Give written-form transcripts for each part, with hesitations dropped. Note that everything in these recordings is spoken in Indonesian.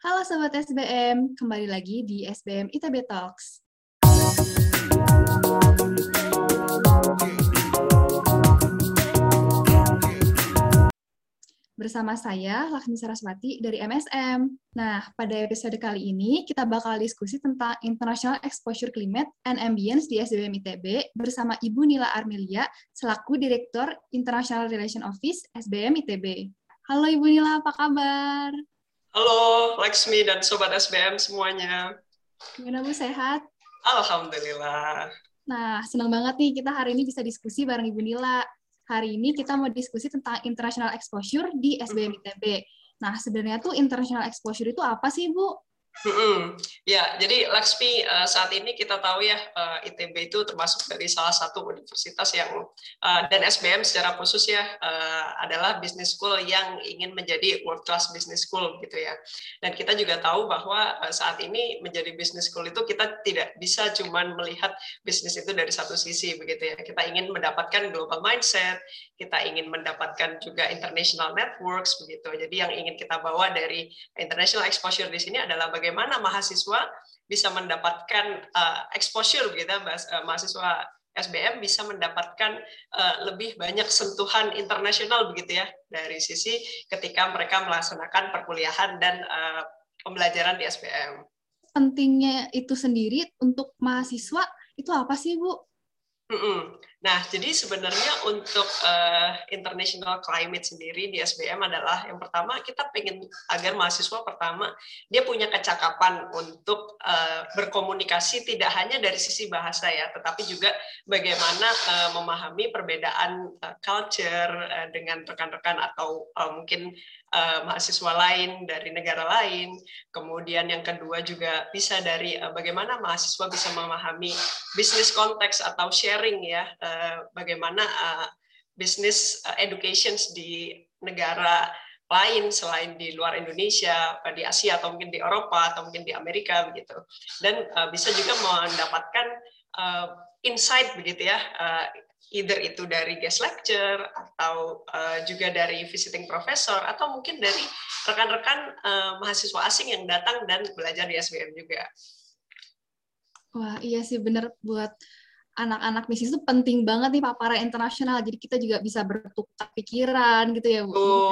Halo Sobat SBM, kembali lagi di SBM ITB Talks. Bersama saya, Laksmi Saraswati dari MSM. Nah, pada episode kali ini kita bakal diskusi tentang International Exposure Climate and Ambience di SBM ITB bersama Ibu Nila Armelia, selaku Direktur International Relations Office SBM ITB. Halo Ibu Nila, apa kabar? Halo Laksmi dan Sobat SBM semuanya. Gimana Bu, sehat? Alhamdulillah. Nah, senang banget nih kita hari ini bisa diskusi bareng Ibu Nila. Hari ini kita mau diskusi tentang international exposure di SBM ITB. Nah, sebenarnya tuh international exposure itu apa sih, Bu? Ya, jadi Laksmi, saat ini kita tahu ya ITB itu termasuk dari salah satu universitas yang dan SBM secara khusus ya adalah business school yang ingin menjadi world class business school gitu ya. Dan kita juga tahu bahwa saat ini menjadi business school itu kita tidak bisa cuman melihat bisnis itu dari satu sisi begitu ya. Kita ingin mendapatkan global mindset, kita ingin mendapatkan juga international networks begitu. Jadi yang ingin kita bawa dari international exposure di sini adalah bagaimana mahasiswa bisa mendapatkan exposure gitu, mahasiswa SBM bisa mendapatkan lebih banyak sentuhan internasional begitu ya dari sisi ketika mereka melaksanakan perkuliahan dan pembelajaran di SBM. Pentingnya itu sendiri untuk mahasiswa itu apa sih, Bu? Nah, jadi sebenarnya untuk international climate sendiri di SBM adalah yang pertama kita pengen agar mahasiswa pertama dia punya kecakapan untuk berkomunikasi tidak hanya dari sisi bahasa ya, tetapi juga bagaimana memahami perbedaan culture dengan rekan-rekan atau mungkin mahasiswa lain dari negara lain. Kemudian yang kedua juga bisa dari bagaimana mahasiswa bisa memahami bisnis konteks atau sharing ya, bagaimana business education di negara lain selain di luar Indonesia, di Asia atau mungkin di Eropa atau mungkin di Amerika begitu. Dan bisa juga mendapatkan insight begitu ya, either itu dari guest lecture atau juga dari visiting professor atau mungkin dari rekan-rekan mahasiswa asing yang datang dan belajar di SBM juga. Wah, iya sih benar, buat anak-anak bisnis itu penting banget nih paparan internasional. Jadi kita juga bisa bertukar pikiran gitu ya, Bu.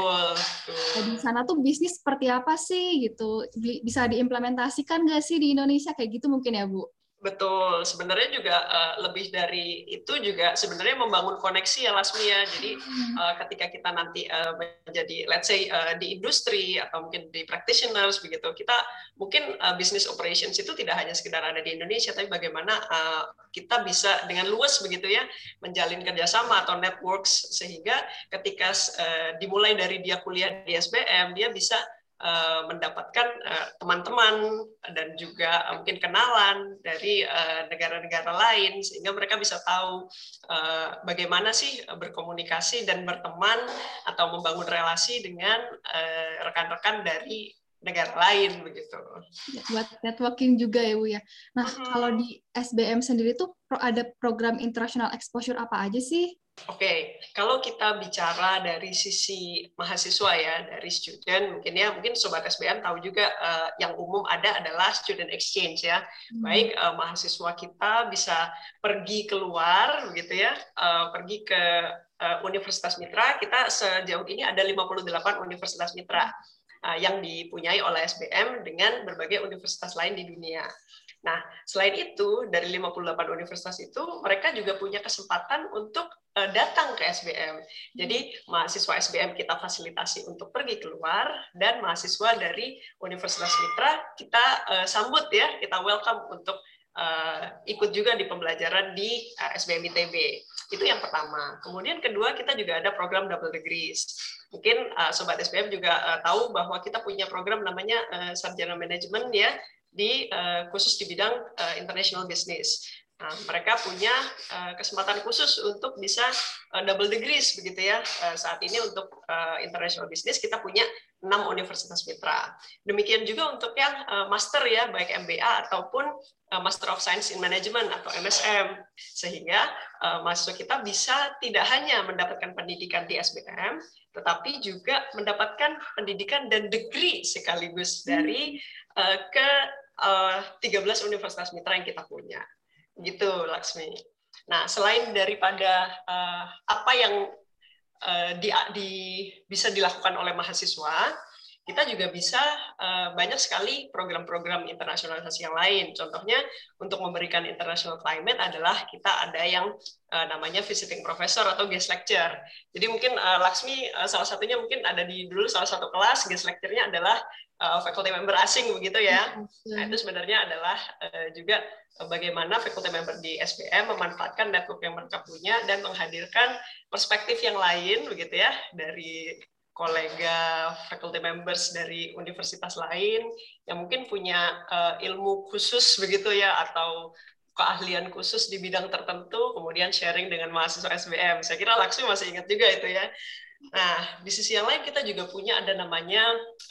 Nah, di sana tuh bisnis seperti apa sih gitu? Bisa diimplementasikan nggak sih di Indonesia kayak gitu mungkin ya, Bu? Betul, sebenarnya juga lebih dari itu juga sebenarnya membangun koneksi ya Lasmi ya. Jadi ketika kita nanti menjadi let's say di industri atau mungkin di practitioners begitu, kita mungkin business operations itu tidak hanya sekedar ada di Indonesia, tapi bagaimana kita bisa dengan luas begitu ya menjalin kerjasama atau networks sehingga ketika dimulai dari dia kuliah di SBM dia bisa mendapatkan teman-teman dan juga mungkin kenalan dari negara-negara lain sehingga mereka bisa tahu bagaimana sih berkomunikasi dan berteman atau membangun relasi dengan rekan-rekan dari negara lain begitu. Buat networking juga ya, Bu ya. Nah, kalau di SBM sendiri tuh ada program international exposure apa aja sih? Oke, kalau kita bicara dari sisi mahasiswa ya, dari student, mungkin Sobat SBM tahu juga yang umum ada adalah student exchange ya. Baik mahasiswa kita bisa pergi keluar begitu ya, pergi ke Universitas Mitra. Kita sejauh ini ada 58 Universitas Mitra yang dipunyai oleh SBM dengan berbagai universitas lain di dunia. Nah, selain itu, dari 58 universitas itu, mereka juga punya kesempatan untuk datang ke SBM. Jadi, mahasiswa SBM kita fasilitasi untuk pergi keluar, dan mahasiswa dari Universitas Mitra kita sambut ya, kita welcome untuk ikut juga di pembelajaran di SBM ITB. Itu yang pertama. Kemudian kedua, kita juga ada program double degrees. Mungkin Sobat SBM juga tahu bahwa kita punya program namanya Sarjana Manajemen ya, khusus di bidang international business. Nah, mereka punya kesempatan khusus untuk bisa double degrees begitu ya. Saat ini untuk international business kita punya 6 universitas mitra. Demikian juga untuk yang master ya, baik MBA ataupun Master of Science in Management atau MSM. Sehingga mahasiswa kita bisa tidak hanya mendapatkan pendidikan di SBM, tetapi juga mendapatkan pendidikan dan degree sekaligus dari ke 13 universitas mitra yang kita punya. Gitu, Laksmi. Nah, selain daripada apa yang bisa dilakukan oleh mahasiswa, kita juga bisa banyak sekali program-program internasionalisasi yang lain. Contohnya, untuk memberikan international climate adalah kita ada yang namanya visiting professor atau guest lecture. Jadi mungkin Laksmi salah satunya mungkin ada di dulu salah satu kelas, guest lecture-nya adalah faculty member asing begitu ya. Nah, itu sebenarnya adalah juga bagaimana faculty member di SBM memanfaatkan network yang mereka punya dan menghadirkan perspektif yang lain begitu ya dari kolega faculty members dari universitas lain yang mungkin punya ilmu khusus begitu ya atau keahlian khusus di bidang tertentu kemudian sharing dengan mahasiswa SBM. Saya kira Laksmi masih ingat juga itu ya. Nah, di sisi yang lain kita juga punya ada namanya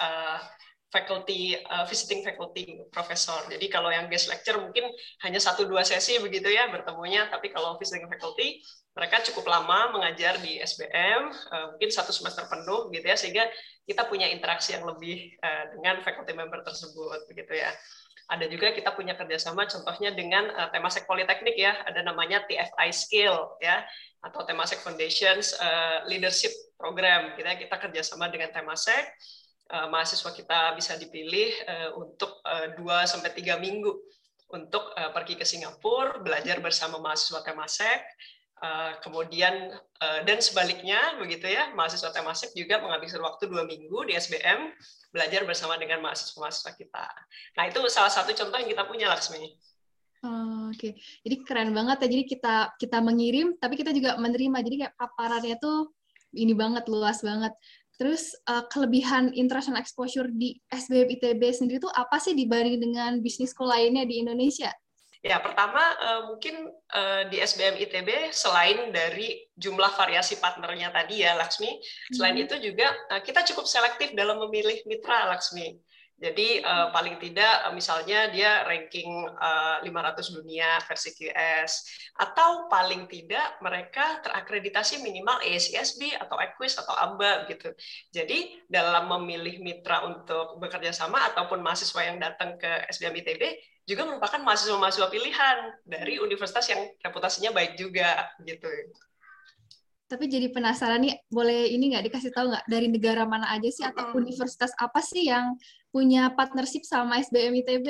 visiting faculty professor. Jadi kalau yang guest lecture mungkin hanya 1-2 sesi begitu ya bertemunya, tapi kalau visiting faculty mereka cukup lama mengajar di SBM, mungkin 1 semester penuh gitu ya, sehingga kita punya interaksi yang lebih dengan faculty member tersebut begitu ya. Ada juga kita punya kerjasama contohnya dengan Temasek Politeknik ya, ada namanya TFI Skill ya, atau Temasek Foundations Leadership Program. Kita kerjasama dengan Temasek. Mahasiswa kita bisa dipilih untuk 2-3 minggu untuk pergi ke Singapura, belajar bersama mahasiswa Temasek, kemudian dan sebaliknya begitu ya, mahasiswa Temasek juga menghabiskan waktu 2 minggu di SBM, belajar bersama dengan mahasiswa-mahasiswa kita. Nah, itu salah satu contoh yang kita punya, Laksmi. Oke, jadi keren banget ya. Jadi kita mengirim, tapi kita juga menerima. Jadi kayak paparannya tuh ini banget, luas banget. Terus kelebihan international exposure di SBM ITB sendiri itu apa sih dibanding dengan bisnis school lainnya di Indonesia? Ya, pertama mungkin di SBM ITB selain dari jumlah variasi partnernya tadi ya, Laksmi, selain itu juga kita cukup selektif dalam memilih mitra, Laksmi. Jadi paling tidak misalnya dia ranking 500 dunia versi QS, atau paling tidak mereka terakreditasi minimal AACSB atau EQUIS atau AMBA gitu. Jadi dalam memilih mitra untuk bekerja sama ataupun mahasiswa yang datang ke SBM ITB juga merupakan mahasiswa-mahasiswa pilihan dari universitas yang reputasinya baik juga gitu. Tapi jadi penasaran nih, boleh ini nggak dikasih tahu nggak dari negara mana aja sih atau universitas apa sih yang punya partnership sama SBM ITB?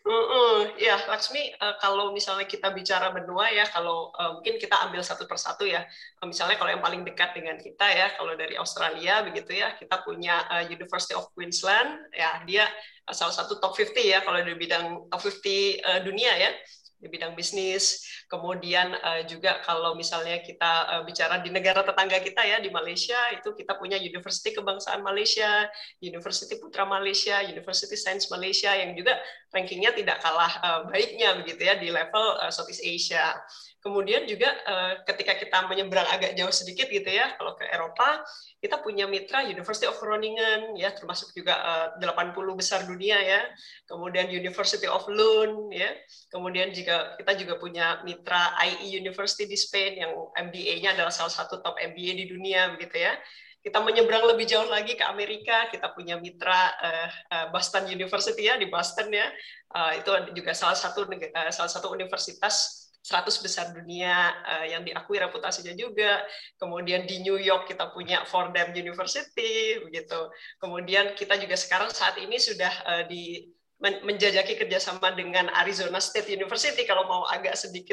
Ya, Laksmi, kalau misalnya kita bicara benua ya, kalau mungkin kita ambil satu persatu ya. Misalnya kalau yang paling dekat dengan kita ya, kalau dari Australia begitu ya, kita punya University of Queensland, ya dia salah satu top 50 ya, kalau di bidang top 50 dunia ya, di bidang bisnis. Kemudian juga kalau misalnya kita bicara di negara tetangga kita ya, di Malaysia, itu kita punya University Kebangsaan Malaysia, University Putra Malaysia, University Sains Malaysia, yang juga rankingnya tidak kalah baiknya begitu ya di level Southeast Asia. Kemudian juga ketika kita menyeberang agak jauh sedikit gitu ya, kalau ke Eropa, kita punya mitra University of Groningen ya, termasuk juga 80 besar dunia ya. Kemudian University of Lund ya. Kemudian juga kita juga punya mitra IE University di Spain yang MBA-nya adalah salah satu top MBA di dunia begitu ya. Kita menyeberang lebih jauh lagi ke Amerika, kita punya mitra Boston University ya, di Boston ya. Itu juga salah satu universitas 100 besar dunia yang diakui reputasinya juga. Kemudian di New York kita punya Fordham University begitu. Kemudian kita juga sekarang saat ini sudah menjajaki kerjasama dengan Arizona State University kalau mau agak sedikit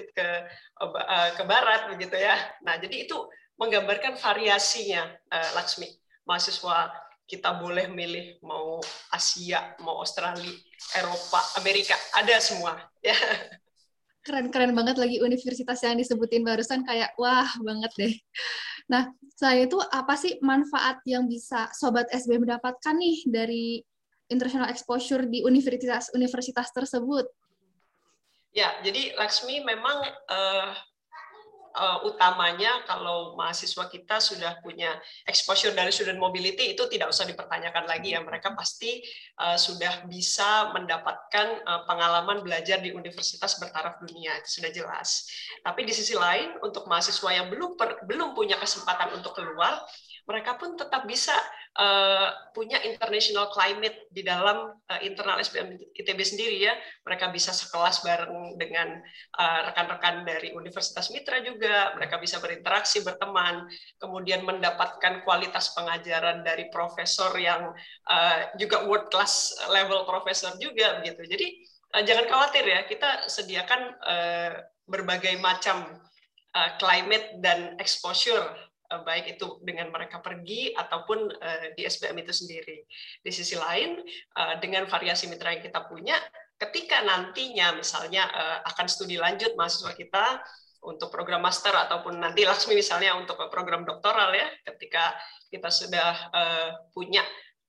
ke barat begitu ya. Nah, jadi itu menggambarkan variasinya, Laksmi. Mahasiswa kita boleh milih mau Asia, mau Australia, Eropa, Amerika, ada semua ya. Keren-keren banget lagi universitas yang disebutin barusan, kayak wah banget deh. Nah, selain itu apa sih manfaat yang bisa Sobat SBM mendapatkan nih dari international exposure di universitas tersebut? Ya, jadi Laksmi memang utamanya kalau mahasiswa kita sudah punya exposure dari student mobility itu tidak usah dipertanyakan lagi ya, mereka pasti sudah bisa mendapatkan pengalaman belajar di universitas bertaraf dunia, itu sudah jelas. Tapi di sisi lain untuk mahasiswa yang belum punya kesempatan untuk keluar, mereka pun tetap bisa punya international climate di dalam internal SBM ITB sendiri ya. Mereka bisa sekelas bareng dengan rekan-rekan dari Universitas Mitra juga, mereka bisa berinteraksi, berteman, kemudian mendapatkan kualitas pengajaran dari profesor yang juga world class level profesor juga begitu. Jadi jangan khawatir ya, kita sediakan berbagai macam climate dan exposure, baik itu dengan mereka pergi ataupun di SBM itu sendiri. Di sisi lain, dengan variasi mitra yang kita punya, ketika nantinya misalnya akan studi lanjut mahasiswa kita untuk program master ataupun nanti Laksmi misalnya untuk program doktoral ya, ketika kita sudah punya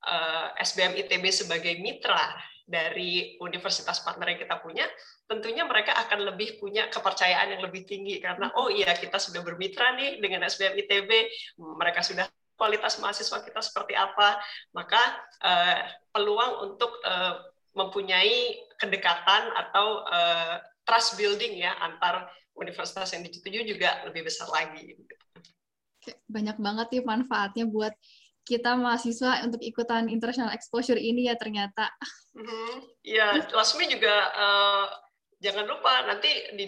SBM ITB sebagai mitra dari universitas partner yang kita punya, tentunya mereka akan lebih punya kepercayaan yang lebih tinggi karena oh iya kita sudah bermitra nih dengan SBM ITB, mereka sudah kualitas mahasiswa kita seperti apa, maka peluang untuk mempunyai kedekatan atau trust building ya antar universitas yang dituju juga lebih besar lagi. Banyak banget nih manfaatnya buat kita mahasiswa untuk ikutan international exposure ini ya ternyata. Ya, Lasmi juga jangan lupa nanti di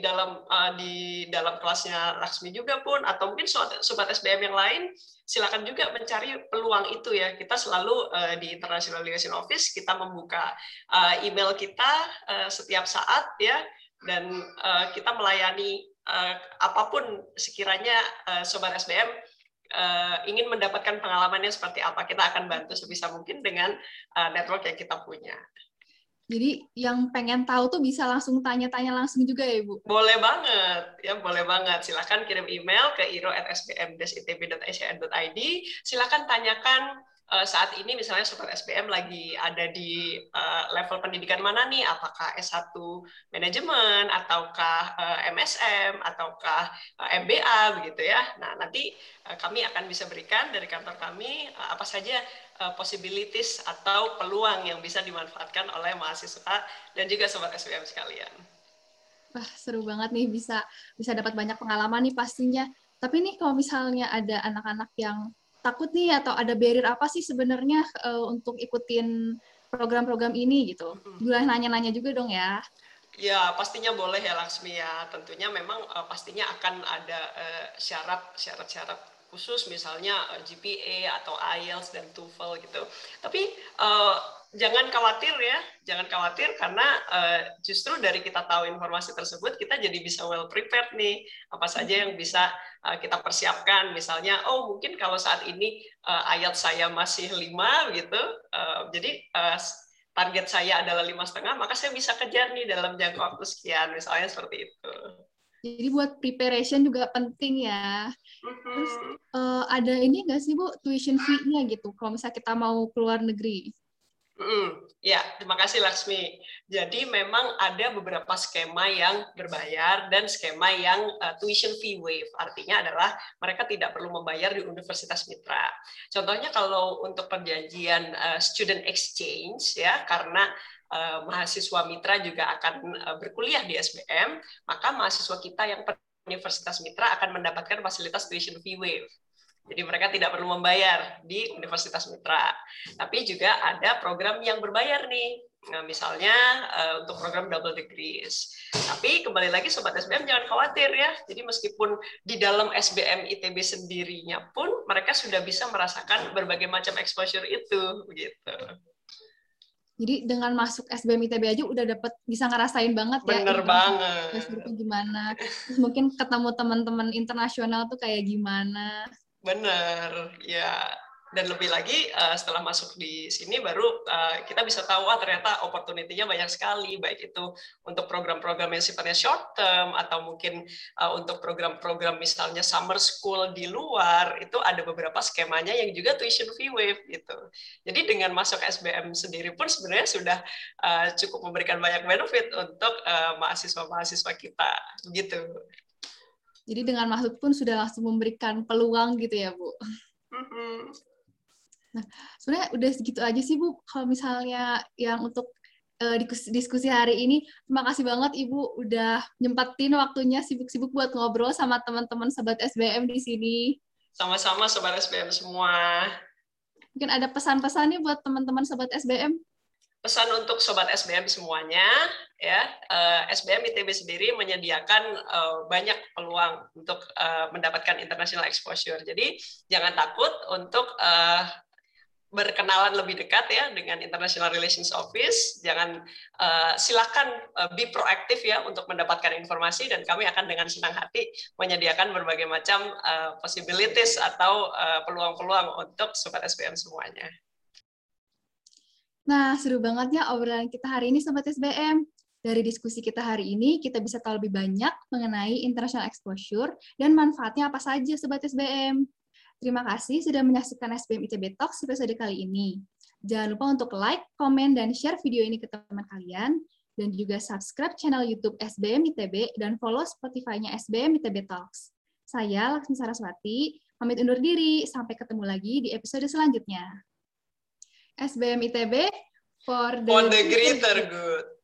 dalam kelasnya Laksmi juga pun atau mungkin sobat SBM yang lain silakan juga mencari peluang itu ya. Kita selalu di International Liaison Office kita membuka email kita setiap saat ya, dan kita melayani apapun sekiranya sobat SBM ingin mendapatkan pengalamannya seperti apa, kita akan bantu sebisa mungkin dengan network yang kita punya. Jadi yang pengen tahu tuh bisa langsung tanya-tanya langsung juga ya Ibu? Boleh banget, ya boleh banget. Silakan kirim email ke iro@sbm-itb.ac.id. Silakan tanyakan saat ini misalnya sobat SBM lagi ada di level pendidikan mana nih, apakah S1 manajemen, ataukah MSM, ataukah MBA, begitu ya. Nah, nanti kami akan bisa berikan dari kantor kami apa saja possibilities atau peluang yang bisa dimanfaatkan oleh mahasiswa dan juga sobat SBM sekalian. Wah, seru banget nih, bisa dapat banyak pengalaman nih pastinya. Tapi nih kalau misalnya ada anak-anak yang takut nih atau ada barrier apa sih sebenarnya untuk ikutin program-program ini gitu? Boleh nanya-nanya juga dong ya. Ya, pastinya boleh ya Laksmi ya. Tentunya memang pastinya akan ada syarat-syarat khusus misalnya GPA atau IELTS dan TOEFL gitu. Tapi jangan khawatir ya, jangan khawatir karena justru dari kita tahu informasi tersebut kita jadi bisa well prepared nih. Apa saja yang bisa kita persiapkan. Misalnya, oh mungkin kalau saat ini IELTS saya masih 5 gitu. Jadi target saya adalah 5,5, maka saya bisa kejar nih dalam jangka waktu sekian, misalnya seperti itu. Jadi buat preparation juga penting ya. Terus ada ini nggak sih Bu, tuition fee-nya gitu, kalau misalnya kita mau keluar negeri? Ya, terima kasih Laksmi. Jadi memang ada beberapa skema yang berbayar dan skema yang tuition fee waive. Artinya adalah mereka tidak perlu membayar di universitas mitra. Contohnya kalau untuk perjanjian student exchange ya, karena mahasiswa mitra juga akan berkuliah di SBM, maka mahasiswa kita yang universitas mitra akan mendapatkan fasilitas tuition fee waive. Jadi mereka tidak perlu membayar di Universitas Mitra. Tapi juga ada program yang berbayar nih. Nah, misalnya untuk program double degrees. Tapi kembali lagi Sobat SBM jangan khawatir ya. Jadi meskipun di dalam SBM ITB sendirinya pun mereka sudah bisa merasakan berbagai macam exposure itu. Begitu. Jadi dengan masuk SBM ITB aja udah bisa ngerasain banget ya. Bener banget. Itu gimana. Terus mungkin ketemu teman-teman internasional tuh kayak gimana. Bener, ya. Dan lebih lagi setelah masuk di sini baru kita bisa tahu ternyata opportunity-nya banyak sekali, baik itu untuk program-program yang sifatnya short term atau mungkin untuk program-program misalnya summer school di luar, itu ada beberapa skemanya yang juga tuition fee waive gitu. Jadi dengan masuk SBM sendiri pun sebenarnya sudah cukup memberikan banyak benefit untuk mahasiswa-mahasiswa kita gitu. Jadi dengan masuk pun sudah langsung memberikan peluang gitu ya, Bu. Nah, sebenarnya udah segitu aja sih, Bu. Kalau misalnya yang untuk diskusi hari ini, terima kasih banget Ibu udah nyempetin waktunya sibuk-sibuk buat ngobrol sama teman-teman Sobat SBM di sini. Sama-sama Sobat SBM semua. Mungkin ada pesan-pesan nih buat teman-teman Sobat SBM? Pesan untuk Sobat SBM semuanya, ya, SBM ITB sendiri menyediakan banyak peluang untuk mendapatkan international exposure. Jadi jangan takut untuk berkenalan lebih dekat ya dengan International Relations Office. Jangan silakan be proaktif ya untuk mendapatkan informasi, dan kami akan dengan senang hati menyediakan berbagai macam possibilities atau peluang-peluang untuk Sobat SBM semuanya. Nah, seru banget ya obrolan kita hari ini Sobat SBM. Dari diskusi kita hari ini, kita bisa tahu lebih banyak mengenai international exposure dan manfaatnya apa saja Sobat SBM. Terima kasih sudah menyaksikan SBM ITB Talks episode kali ini. Jangan lupa untuk like, komen, dan share video ini ke teman kalian, dan juga subscribe channel YouTube SBM ITB dan follow Spotify-nya SBM ITB Talks. Saya Laksmi Saraswati, pamit undur diri. Sampai ketemu lagi di episode selanjutnya. SBM ITB for the greater good.